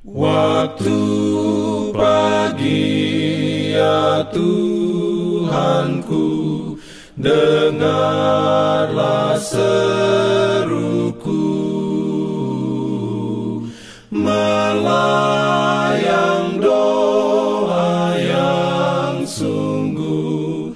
Waktu pagi ya Tuhanku, dengarlah seruku, melayang doa yang sungguh,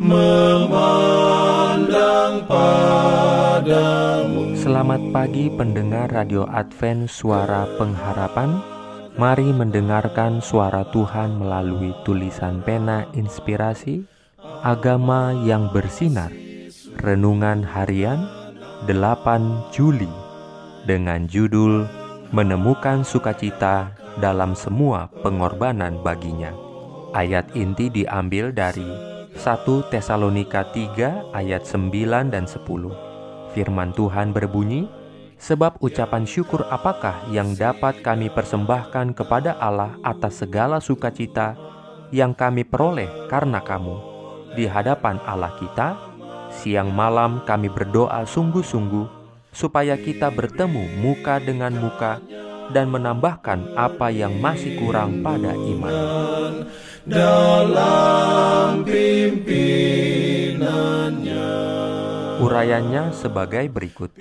memandang padamu. Selamat pagi pendengar Radio Advent Suara Pengharapan. Mari mendengarkan suara Tuhan melalui tulisan pena inspirasi Agama yang Bersinar. Renungan Harian 8 Juli dengan judul Menemukan Sukacita dalam Semua Pengorbanan Baginya. Ayat inti diambil dari 1 Tesalonika 3 ayat 9 dan 10. Firman Tuhan berbunyi, sebab ucapan syukur apakah yang dapat kami persembahkan kepada Allah atas segala sukacita yang kami peroleh karena kamu. Di hadapan Allah kita, siang malam kami berdoa sungguh-sungguh, supaya kita bertemu muka dengan muka dan menambahkan apa yang masih kurang pada iman. Dalam pimpinannya. Urayanya sebagai berikut.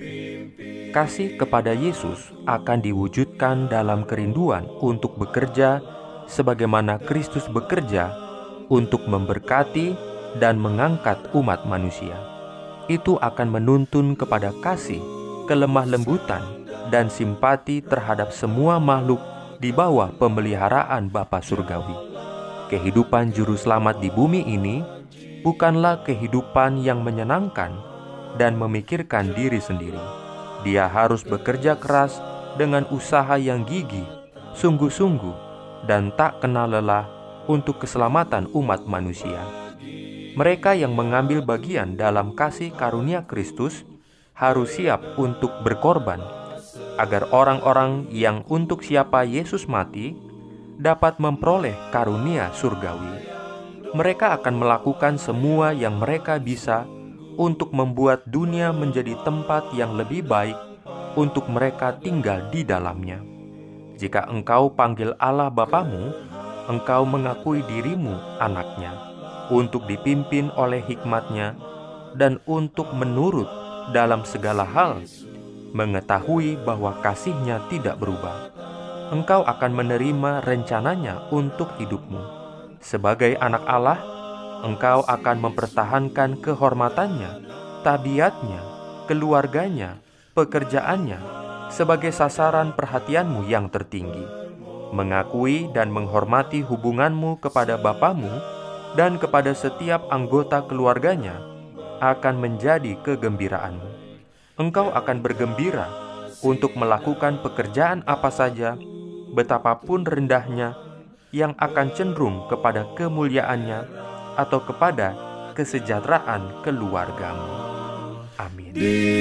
Kasih kepada Yesus akan diwujudkan dalam kerinduan untuk bekerja sebagaimana Kristus bekerja untuk memberkati dan mengangkat umat manusia. Itu akan menuntun kepada kasih, kelemah lembutan, dan simpati terhadap semua makhluk di bawah pemeliharaan Bapa Surgawi. Kehidupan juru selamat di bumi ini bukanlah kehidupan yang menyenangkan dan memikirkan diri sendiri. Dia harus bekerja keras dengan usaha yang gigih, sungguh-sungguh, dan tak kenal lelah untuk keselamatan umat manusia. Mereka yang mengambil bagian dalam kasih karunia Kristus harus siap untuk berkorban, agar orang-orang yang untuk siapa Yesus mati dapat memperoleh karunia surgawi. Mereka akan melakukan semua yang mereka bisa untuk membuat dunia menjadi tempat yang lebih baik untuk mereka tinggal di dalamnya. Jika engkau panggil Allah Bapamu, engkau mengakui dirimu anaknya, untuk dipimpin oleh hikmat-Nya dan untuk menurut dalam segala hal, mengetahui bahwa kasih-Nya tidak berubah. Engkau akan menerima rencananya untuk hidupmu. Sebagai anak Allah, engkau akan mempertahankan kehormatannya, tabiatnya, keluarganya, pekerjaannya sebagai sasaran perhatianmu yang tertinggi. Mengakui dan menghormati hubunganmu kepada Bapamu dan kepada setiap anggota keluarganya akan menjadi kegembiraanmu. Engkau akan bergembira untuk melakukan pekerjaan apa saja, betapapun rendahnya, yang akan cenderung kepada kemuliaannya atau kepada kesejahteraan keluargamu. Amin.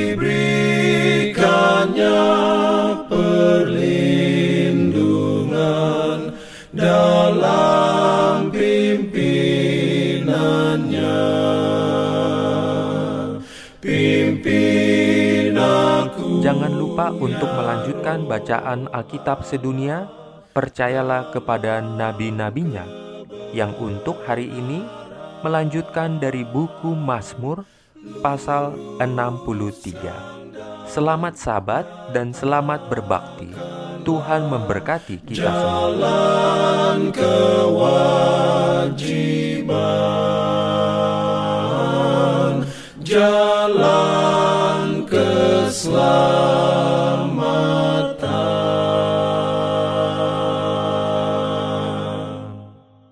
Diberikannya perlindungan dalam pimpinannya. Pimpin aku. Jangan lupa untuk melanjutkan bacaan Alkitab sedunia. Percayalah kepada nabi-nabinya yang untuk hari ini melanjutkan dari buku Mazmur pasal 63. Selamat Sabat dan selamat berbakti. Tuhan memberkati kita semua. Jalan kewajiban, jalan keselamatan.